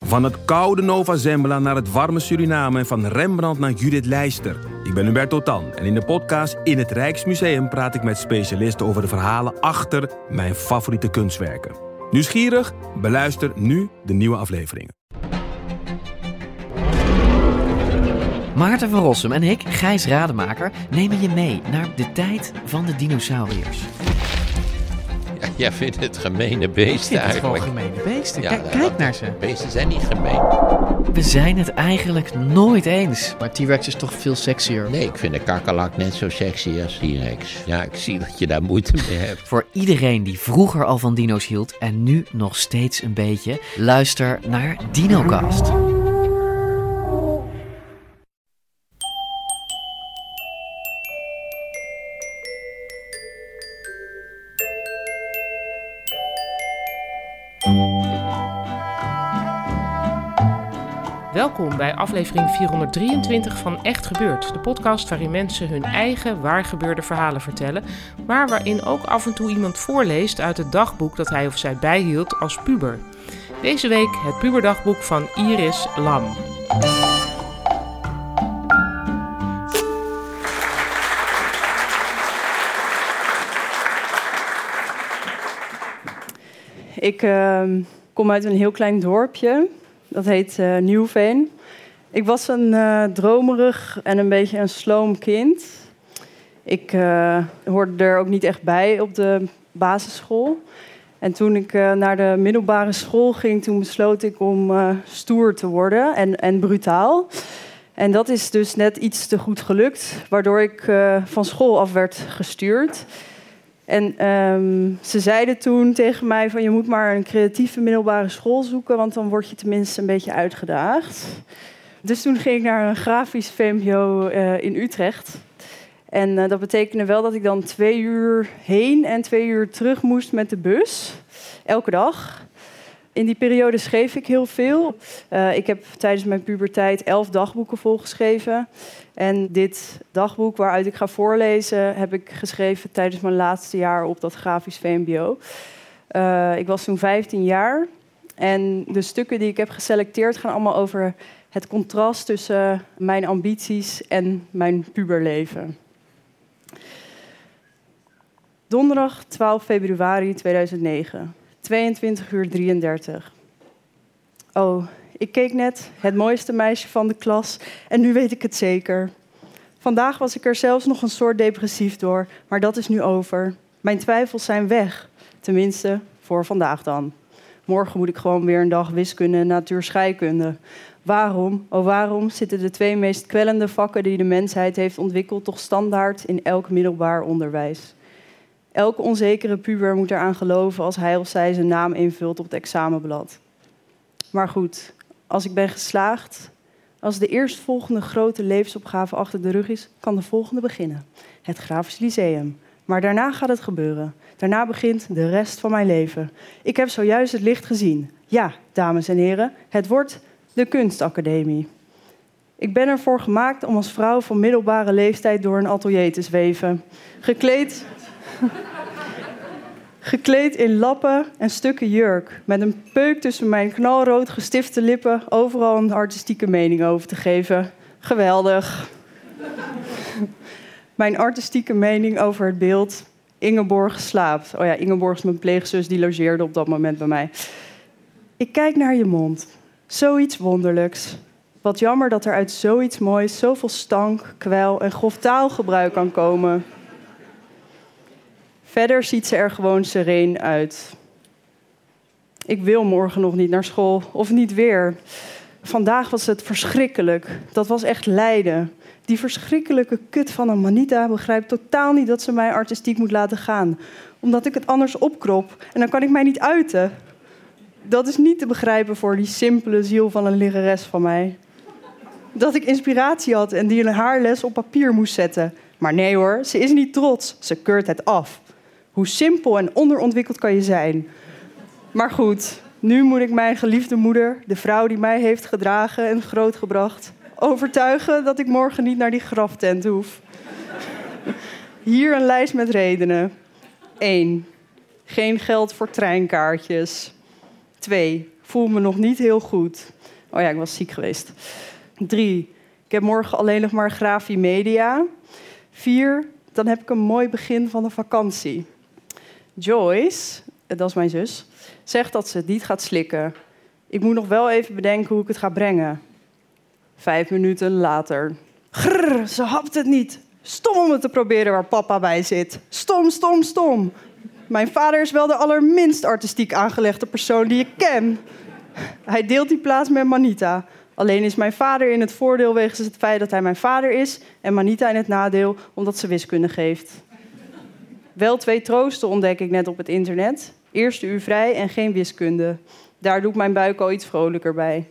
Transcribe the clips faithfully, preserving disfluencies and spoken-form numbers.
Van het koude Nova Zembla naar het warme Suriname en van Rembrandt naar Judith Leister. Ik ben Hubert Totan en in de podcast In het Rijksmuseum praat ik met specialisten over de verhalen achter mijn favoriete kunstwerken. Nieuwsgierig? Beluister nu de nieuwe afleveringen. Maarten van Rossum en ik, Gijs Rademaker, nemen je mee naar de tijd van de dinosauriërs. Ja, jij vindt het gemene beesten eigenlijk. Het gewoon gemene beesten. Ja, Kijk, kijk naar ze. Beesten zijn niet gemeen. We zijn het eigenlijk nooit eens. Maar T-Rex is toch veel sexier. Nee, ik vind de kakkerlak net zo sexy als T-Rex. Ja, ik zie dat je daar moeite mee hebt. Voor iedereen die vroeger al van dino's hield en nu nog steeds een beetje, luister naar DinoCast. Welkom bij aflevering vierhonderddrieëntwintig van Echt Gebeurd. De podcast waarin mensen hun eigen waargebeurde verhalen vertellen, maar waarin ook af en toe iemand voorleest uit het dagboek dat hij of zij bijhield als puber. Deze week het puberdagboek van Iris Lam. Ik uh, kom uit een heel klein dorpje. Dat heet uh, Nieuwveen. Ik was een uh, dromerig en een beetje een sloom kind. Ik uh, hoorde er ook niet echt bij op de basisschool. En toen ik uh, naar de middelbare school ging, toen besloot ik om uh, stoer te worden en, en brutaal. En dat is dus net iets te goed gelukt, waardoor ik uh, van school af werd gestuurd. En um, ze zeiden toen tegen mij van je moet maar een creatieve middelbare school zoeken, want dan word je tenminste een beetje uitgedaagd. Dus toen ging ik naar een grafisch V M B O uh, in Utrecht. En uh, dat betekende wel dat ik dan twee uur heen en twee uur terug moest met de bus. Elke dag. In die periode schreef ik heel veel. Uh, ik heb tijdens mijn puberteit elf dagboeken volgeschreven. En dit dagboek waaruit ik ga voorlezen heb ik geschreven tijdens mijn laatste jaar op dat grafisch V M B O. Uh, ik was toen vijftien jaar. En de stukken die ik heb geselecteerd gaan allemaal over het contrast tussen mijn ambities en mijn puberleven. Donderdag twaalf februari tweeduizend negen. tweeëntwintig uur drieëndertig. Oh, ik keek net, het mooiste meisje van de klas, en nu weet ik het zeker. Vandaag was ik er zelfs nog een soort depressief door, maar dat is nu over. Mijn twijfels zijn weg, tenminste voor vandaag dan. Morgen moet ik gewoon weer een dag wiskunde en natuurscheikunde. Waarom, oh waarom, zitten de twee meest kwellende vakken die de mensheid heeft ontwikkeld toch standaard in elk middelbaar onderwijs? Elke onzekere puber moet eraan geloven als hij of zij zijn naam invult op het examenblad. Maar goed, als ik ben geslaagd, als de eerstvolgende grote levensopgave achter de rug is, kan de volgende beginnen. Het Grafisch Lyceum. Maar daarna gaat het gebeuren. Daarna begint de rest van mijn leven. Ik heb zojuist het licht gezien. Ja, dames en heren, het wordt de Kunstacademie. Ik ben ervoor gemaakt om als vrouw van middelbare leeftijd door een atelier te zweven. Gekleed... Gekleed in lappen en stukken jurk. Met een peuk tussen mijn knalrood gestifte lippen overal een artistieke mening over te geven. Geweldig. Mijn artistieke mening over het beeld Ingeborg slaapt. Oh ja, Ingeborg is mijn pleegzus, die logeerde op dat moment bij mij. Ik kijk naar je mond. Zoiets wonderlijks. Wat jammer dat er uit zoiets moois zoveel stank, kwel en grof taalgebruik kan komen. Verder ziet ze er gewoon sereen uit. Ik wil morgen nog niet naar school, of niet weer. Vandaag was het verschrikkelijk. Dat was echt lijden. Die verschrikkelijke kut van een Manita begrijpt totaal niet dat ze mij artistiek moet laten gaan. Omdat ik het anders opkrop en dan kan ik mij niet uiten. Dat is niet te begrijpen voor die simpele ziel van een lerares van mij. Dat ik inspiratie had en die een haarles op papier moest zetten. Maar nee hoor, ze is niet trots. Ze keurt het af. Hoe simpel en onderontwikkeld kan je zijn? Maar goed, nu moet ik mijn geliefde moeder, de vrouw die mij heeft gedragen en grootgebracht, overtuigen dat ik morgen niet naar die graftent hoef. Hier een lijst met redenen. één. Geen geld voor treinkaartjes. twee. voel me nog niet heel goed. Oh ja, ik was ziek geweest. Drie, ik heb morgen alleen nog maar grafie media. Vier, dan heb ik een mooi begin van de vakantie. Joyce, dat is mijn zus, zegt dat ze het niet gaat slikken. Ik moet nog wel even bedenken hoe ik het ga brengen. Vijf minuten later. Grrr, ze hapt het niet. Stom om het te proberen waar papa bij zit. Stom, stom, stom. Mijn vader is wel de allerminst artistiek aangelegde persoon die ik ken. Hij deelt die plaats met Manita. Alleen is mijn vader in het voordeel wegens het feit dat hij mijn vader is... en Manita in het nadeel omdat ze wiskunde geeft. Wel twee troosten ontdek ik net op het internet. Eerste uur vrij en geen wiskunde. Daar doet mijn buik al iets vrolijker bij.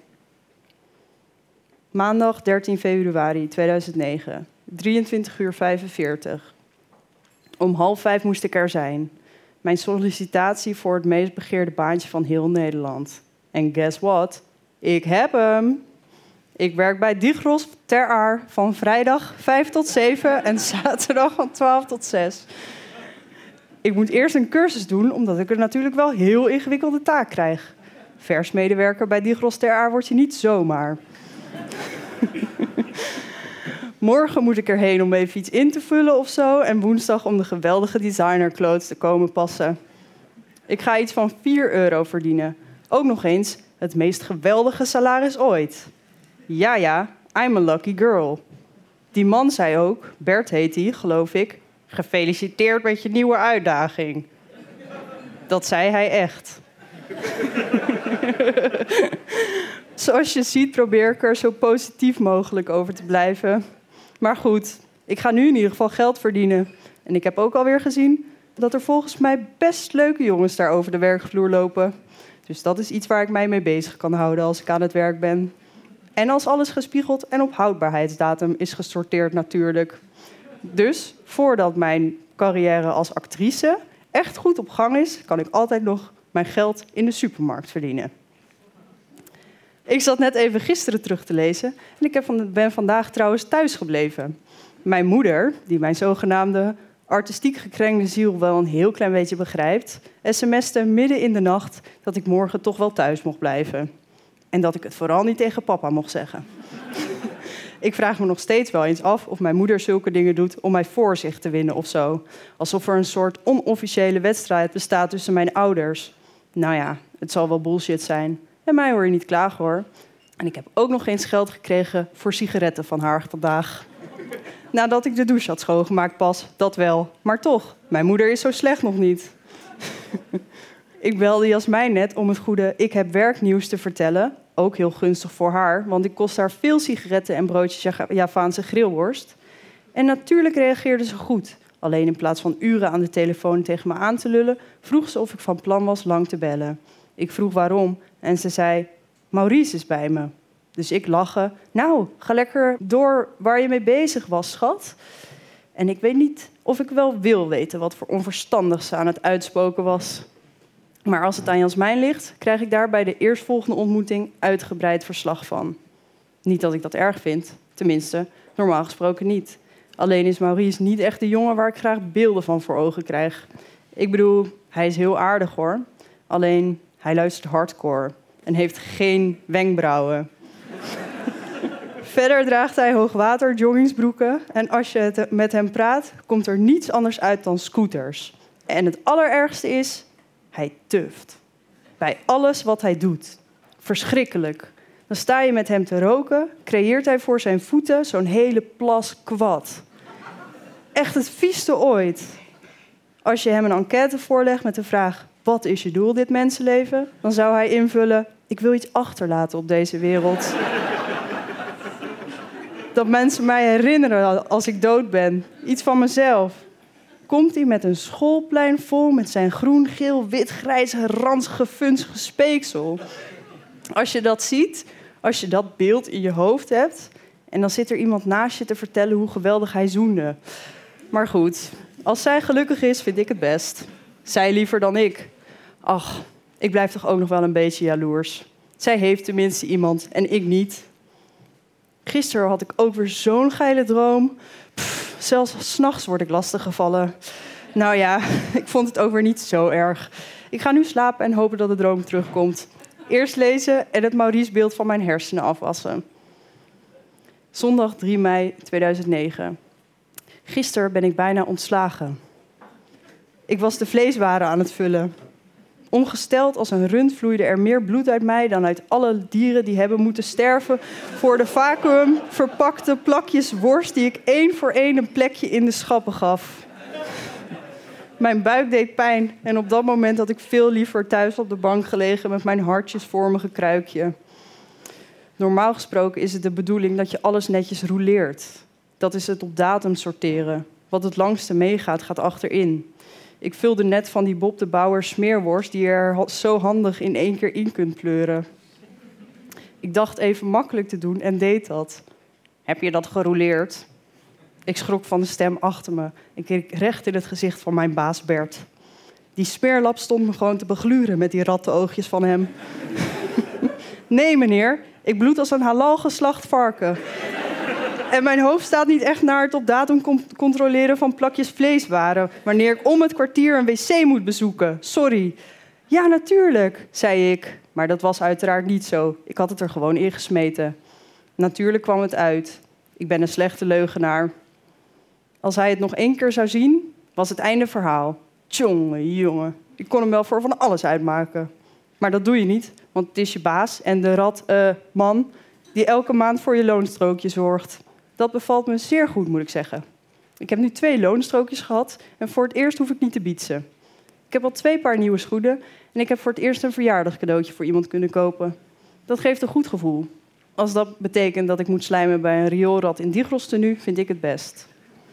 Maandag dertien februari tweeduizend negen, drieëntwintig uur vijfenveertig. Om half vijf moest ik er zijn. Mijn sollicitatie voor het meest begeerde baantje van heel Nederland. En guess what? Ik heb hem. Ik werk bij Digros Ter Aar van vrijdag vijf tot zeven en zaterdag van twaalf tot zes. Ik moet eerst een cursus doen, omdat ik er natuurlijk wel heel ingewikkelde taak krijg. Versmedewerker bij Digros Ter Aar word je niet zomaar. Morgen moet ik erheen om even iets in te vullen of zo. En woensdag om de geweldige designerclothes te komen passen. Ik ga iets van vier euro verdienen. Ook nog eens het meest geweldige salaris ooit. Ja, ja, I'm a lucky girl. Die man zei ook, Bert heet hij, geloof ik... gefeliciteerd met je nieuwe uitdaging. Dat zei hij echt. Zoals je ziet probeer ik er zo positief mogelijk over te blijven. Maar goed, ik ga nu in ieder geval geld verdienen. En ik heb ook alweer gezien dat er volgens mij best leuke jongens daar over de werkvloer lopen. Dus dat is iets waar ik mij mee bezig kan houden als ik aan het werk ben. En als alles gespiegeld en op houdbaarheidsdatum is gesorteerd natuurlijk. Dus voordat mijn carrière als actrice echt goed op gang is, kan ik altijd nog mijn geld in de supermarkt verdienen. Ik zat net even gisteren terug te lezen en ik heb van, ben vandaag trouwens thuis gebleven. Mijn moeder, die mijn zogenaamde artistiek gekrenkte ziel wel een heel klein beetje begrijpt, sms'te midden in de nacht dat ik morgen toch wel thuis mocht blijven. En dat ik het vooral niet tegen papa mocht zeggen. Ik vraag me nog steeds wel eens af of mijn moeder zulke dingen doet om mij voor zich te winnen of zo. Alsof er een soort onofficiële wedstrijd bestaat tussen mijn ouders. Nou ja, het zal wel bullshit zijn. En mij hoor je niet klagen hoor. En ik heb ook nog eens geld gekregen voor sigaretten van haar vandaag. Nadat ik de douche had schoongemaakt pas, dat wel. Maar toch, mijn moeder is zo slecht nog niet. Ik belde Jasmijn net om het goede ik heb werknieuws te vertellen. Ook heel gunstig voor haar, want ik kost haar veel sigaretten en broodjes Javaanse grillworst. En natuurlijk reageerde ze goed. Alleen in plaats van uren aan de telefoon tegen me aan te lullen, vroeg ze of ik van plan was lang te bellen. Ik vroeg waarom en ze zei, Maurice is bij me. Dus ik lachen, nou, ga lekker door waar je mee bezig was, schat. En ik weet niet of ik wel wil weten wat voor onverstandig ze aan het uitspoken was. Maar als het aan Jasmijn ligt, krijg ik daar bij de eerstvolgende ontmoeting uitgebreid verslag van. Niet dat ik dat erg vind, tenminste, normaal gesproken niet. Alleen is Maurice niet echt de jongen waar ik graag beelden van voor ogen krijg. Ik bedoel, hij is heel aardig hoor. Alleen, hij luistert hardcore en heeft geen wenkbrauwen. Verder draagt hij hoogwater joggingsbroeken en als je het met hem praat, komt er niets anders uit dan scooters. En het allerergste is, hij tuft. Bij alles wat hij doet. Verschrikkelijk. Dan sta je met hem te roken, creëert hij voor zijn voeten zo'n hele plas kwad. Echt het vieste ooit. Als je hem een enquête voorlegt met de vraag, wat is je doel dit mensenleven? Dan zou hij invullen, ik wil iets achterlaten op deze wereld. Dat mensen mij herinneren als ik dood ben. Iets van mezelf. Komt hij met een schoolplein vol met zijn groen, geel, wit, grijs, ranzige, funzige speeksel. Als je dat ziet, als je dat beeld in je hoofd hebt, en dan zit er iemand naast je te vertellen hoe geweldig hij zoende. Maar goed, als zij gelukkig is, vind ik het best. Zij liever dan ik. Ach, ik blijf toch ook nog wel een beetje jaloers. Zij heeft tenminste iemand en ik niet. Gisteren had ik ook weer zo'n geile droom. Pff, zelfs 's nachts word ik lastiggevallen. Nou ja, ik vond het ook weer niet zo erg. Ik ga nu slapen en hopen dat de droom terugkomt. Eerst lezen en het Maurice-beeld van mijn hersenen afwassen. Zondag drie mei tweeduizend negen. Gisteren ben ik bijna ontslagen. Ik was de vleeswaren aan het vullen. Ongesteld als een rund vloeide er meer bloed uit mij dan uit alle dieren die hebben moeten sterven voor de vacuüm verpakte plakjes worst die ik één voor één een plekje in de schappen gaf. Mijn buik deed pijn en op dat moment had ik veel liever thuis op de bank gelegen met mijn hartjesvormige kruikje. Normaal gesproken is het de bedoeling dat je alles netjes rouleert. Dat is het op datum sorteren. Wat het langste meegaat, gaat achterin. Ik vulde net van die Bob de Bouwer smeerworst die je er zo handig in één keer in kunt pleuren. Ik dacht even makkelijk te doen en deed dat. Heb je dat gerouleerd? Ik schrok van de stem achter me en keek recht in het gezicht van mijn baas Bert. Die smeerlap stond me gewoon te begluren met die rattenoogjes van hem. Nee, meneer, ik bloed als een halal geslacht varken. En mijn hoofd staat niet echt naar het op datum controleren van plakjes vleeswaren, wanneer ik om het kwartier een wc moet bezoeken. Sorry. Ja, natuurlijk, zei ik. Maar dat was uiteraard niet zo. Ik had het er gewoon in gesmeten. Natuurlijk kwam het uit. Ik ben een slechte leugenaar. Als hij het nog één keer zou zien, was het einde verhaal. Tjonge, jongen. Ik kon hem wel voor van alles uitmaken. Maar dat doe je niet, want het is je baas en de rat, uh, man, die elke maand voor je loonstrookje zorgt. Dat bevalt me zeer goed, moet ik zeggen. Ik heb nu twee loonstrookjes gehad en voor het eerst hoef ik niet te bietsen. Ik heb al twee paar nieuwe schoenen en ik heb voor het eerst een verjaardagscadeautje voor iemand kunnen kopen. Dat geeft een goed gevoel. Als dat betekent dat ik moet slijmen bij een rioolrat in Diegros tenue, vind ik het best.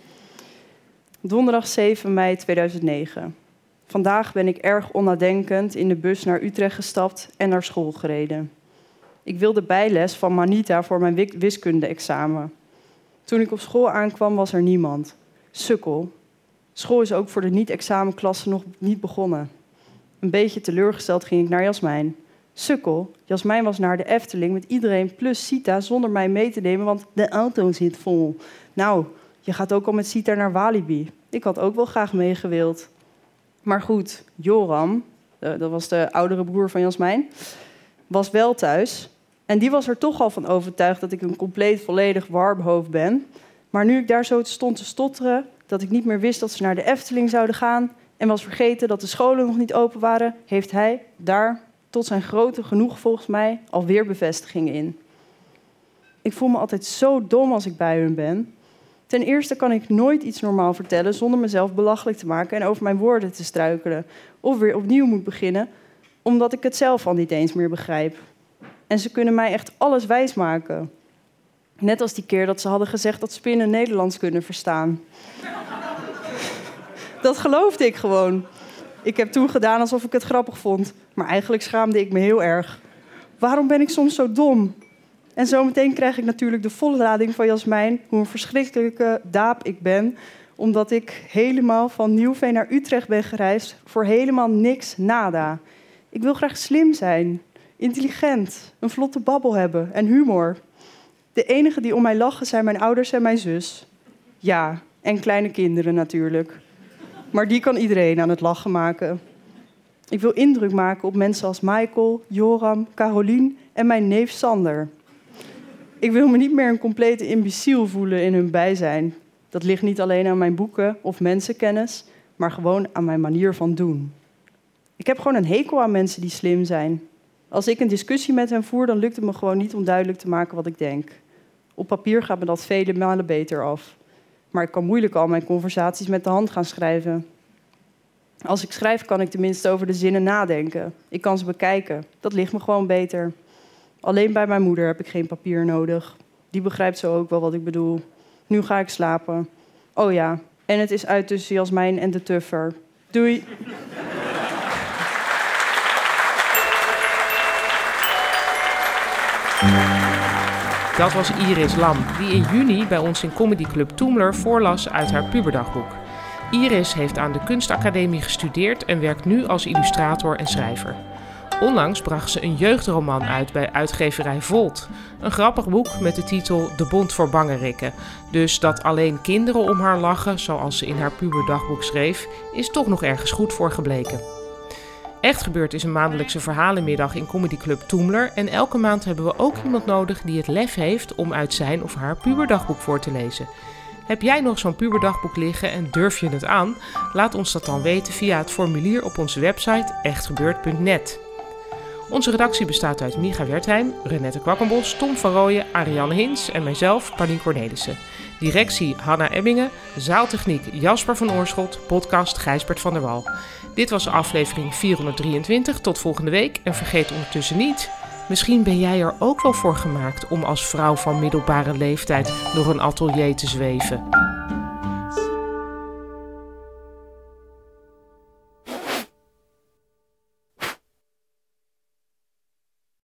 Donderdag zeven mei tweeduizend negen. Vandaag ben ik erg onnadenkend in de bus naar Utrecht gestapt en naar school gereden. Ik wilde bijles van Manita voor mijn wiskunde-examen. Toen ik op school aankwam, was er niemand. Sukkel. School is ook voor de niet-examenklasse nog niet begonnen. Een beetje teleurgesteld ging ik naar Jasmijn. Sukkel. Jasmijn was naar de Efteling met iedereen plus Sita zonder mij mee te nemen, want de auto zit vol. Nou, je gaat ook al met Sita naar Walibi. Ik had ook wel graag meegewild. Maar goed, Joram, dat was de oudere broer van Jasmijn, was wel thuis. En die was er toch al van overtuigd dat ik een compleet volledig warmhoofd ben. Maar nu ik daar zo stond te stotteren, dat ik niet meer wist dat ze naar de Efteling zouden gaan en was vergeten dat de scholen nog niet open waren, heeft hij daar, tot zijn grote genoeg volgens mij, alweer bevestigingen in. Ik voel me altijd zo dom als ik bij hun ben. Ten eerste kan ik nooit iets normaal vertellen zonder mezelf belachelijk te maken en over mijn woorden te struikelen. Of weer opnieuw moet beginnen, omdat ik het zelf al niet eens meer begrijp. En ze kunnen mij echt alles wijsmaken. Net als die keer dat ze hadden gezegd dat spinnen Nederlands kunnen verstaan. Dat geloofde ik gewoon. Ik heb toen gedaan alsof ik het grappig vond. Maar eigenlijk schaamde ik me heel erg. Waarom ben ik soms zo dom? En zometeen krijg ik natuurlijk de volle lading van Jasmijn, hoe een verschrikkelijke daap ik ben, omdat ik helemaal van Nieuwveen naar Utrecht ben gereisd voor helemaal niks nada. Ik wil graag slim zijn, intelligent, een vlotte babbel hebben en humor. De enigen die om mij lachen zijn mijn ouders en mijn zus. Ja, en kleine kinderen natuurlijk. Maar die kan iedereen aan het lachen maken. Ik wil indruk maken op mensen als Michael, Joram, Carolien en mijn neef Sander. Ik wil me niet meer een complete imbeciel voelen in hun bijzijn. Dat ligt niet alleen aan mijn boeken of mensenkennis, maar gewoon aan mijn manier van doen. Ik heb gewoon een hekel aan mensen die slim zijn. Als ik een discussie met hen voer, dan lukt het me gewoon niet om duidelijk te maken wat ik denk. Op papier gaat me dat vele malen beter af. Maar ik kan moeilijk al mijn conversaties met de hand gaan schrijven. Als ik schrijf, kan ik tenminste over de zinnen nadenken. Ik kan ze bekijken. Dat ligt me gewoon beter. Alleen bij mijn moeder heb ik geen papier nodig. Die begrijpt zo ook wel wat ik bedoel. Nu ga ik slapen. Oh ja, en het is uit tussen Jasmijn en de Tuffer. Doei. Dat was Iris Lam, die in juni bij ons in Comedy Club Toemler voorlas uit haar puberdagboek. Iris heeft aan de Kunstacademie gestudeerd en werkt nu als illustrator en schrijver. Onlangs bracht ze een jeugdroman uit bij uitgeverij Volt. Een grappig boek met de titel De Bond voor Bangerikken. Dus dat alleen kinderen om haar lachen, zoals ze in haar puberdagboek schreef, is toch nog ergens goed voor gebleken. Echt Gebeurd is een maandelijkse verhalenmiddag in comedyclub Toemler. En elke maand hebben we ook iemand nodig die het lef heeft om uit zijn of haar puberdagboek voor te lezen. Heb jij nog zo'n puberdagboek liggen en durf je het aan? Laat ons dat dan weten via het formulier op onze website echt gebeurd punt net. Onze redactie bestaat uit Micha Wertheim, Renette Kwakkenbos, Tom van Rooyen, Ariane Hins en mijzelf, Paulien Cornelissen. Directie Hanna Ebbingen, zaaltechniek Jasper van Oorschot, podcast Gijsbert van der Wal. Dit was aflevering vierhonderddrieëntwintig. Tot volgende week en vergeet ondertussen niet, misschien ben jij er ook wel voor gemaakt om als vrouw van middelbare leeftijd door een atelier te zweven.